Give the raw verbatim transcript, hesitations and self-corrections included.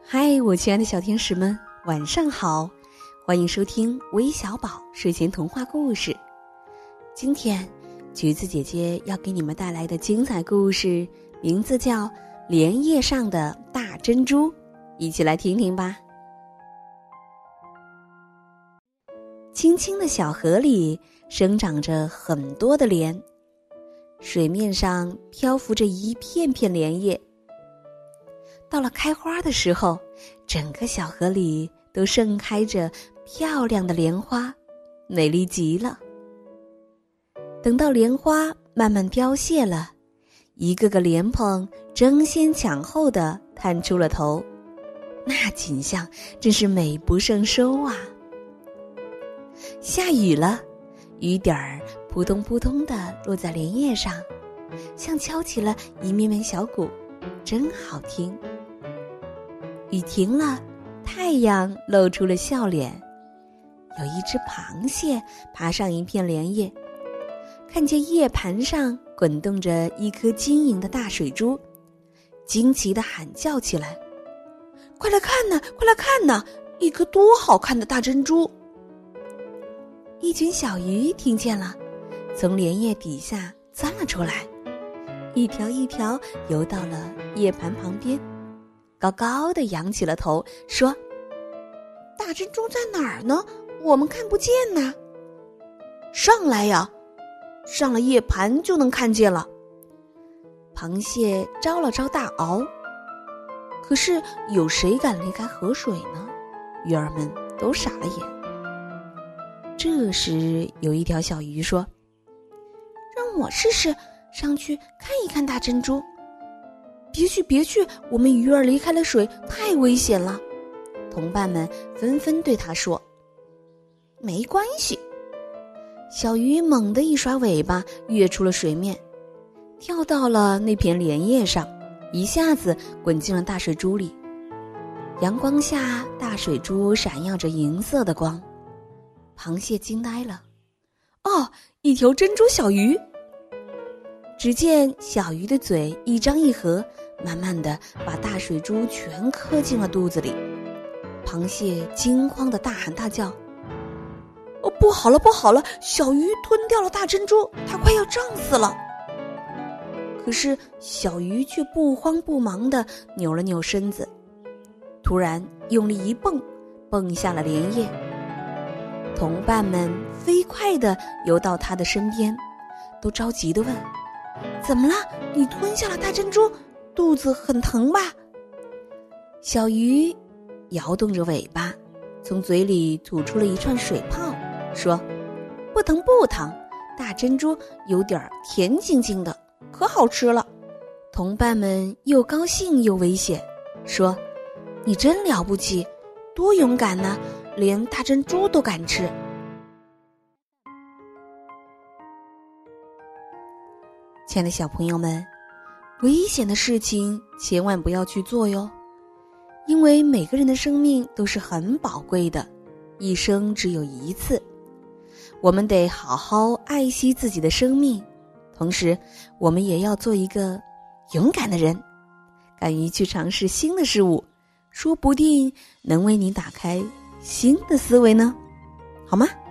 嗨，我亲爱的小天使们，晚上好！欢迎收听微小宝睡前童话故事。今天，橘子姐姐要给你们带来的精彩故事，名字叫《莲叶上的大珍珠》，一起来听听吧。清清的小河里生长着很多的莲，水面上漂浮着一片片莲叶。到了开花的时候，整个小河里都盛开着漂亮的莲花，美丽极了。等到莲花慢慢凋谢了，一个个莲蓬争先抢后地探出了头，那景象真是美不胜收啊！下雨了，雨点儿扑通扑通地落在莲叶上，像敲起了一面面小鼓，真好听。雨停了，太阳露出了笑脸。有一只螃蟹爬上一片莲叶，看见叶盘上滚动着一颗晶莹的大水珠，惊奇地喊叫起来：快来看呐，快来看呐，一颗多好看的大珍珠！一群小鱼听见了，从莲叶底下钻了出来，一条一条游到了叶盘旁边，高高地仰起了头，说：大珍珠在哪儿呢？我们看不见呐。上来呀，上了叶盘就能看见了。螃蟹招了招大螯，可是有谁敢离开河水呢？鱼儿们都傻了眼。这时有一条小鱼说：让我试试上去看一看大珍珠。别去别去，我们鱼儿离开了水太危险了。同伴们纷纷对他说：没关系。小鱼猛地一甩尾巴，跃出了水面，跳到了那片莲叶上，一下子滚进了大水珠里。阳光下，大水珠闪耀着银色的光。螃蟹惊呆了，哦，一条珍珠小鱼！只见小鱼的嘴一张一合，慢慢地把大水珠全磕进了肚子里。螃蟹惊慌地大喊大叫：哦，不好了不好了，小鱼吞掉了大珍珠，它快要胀死了。可是小鱼却不慌不忙地扭了扭身子，突然用力一蹦，蹦下了莲叶。同伴们飞快地游到它的身边，都着急地问：怎么了？你吞下了大珍珠，肚子很疼吧？小鱼摇动着尾巴，从嘴里吐出了一串水泡，说：不疼不疼，大珍珠有点甜津津的，可好吃了。同伴们又高兴又危险，说：你真了不起，多勇敢呢，连大珍珠都敢吃。亲爱的小朋友们，危险的事情千万不要去做哟，因为每个人的生命都是很宝贵的，一生只有一次，我们得好好爱惜自己的生命，同时我们也要做一个勇敢的人，敢于去尝试新的事物，说不定能为你打开新的思维呢，好吗？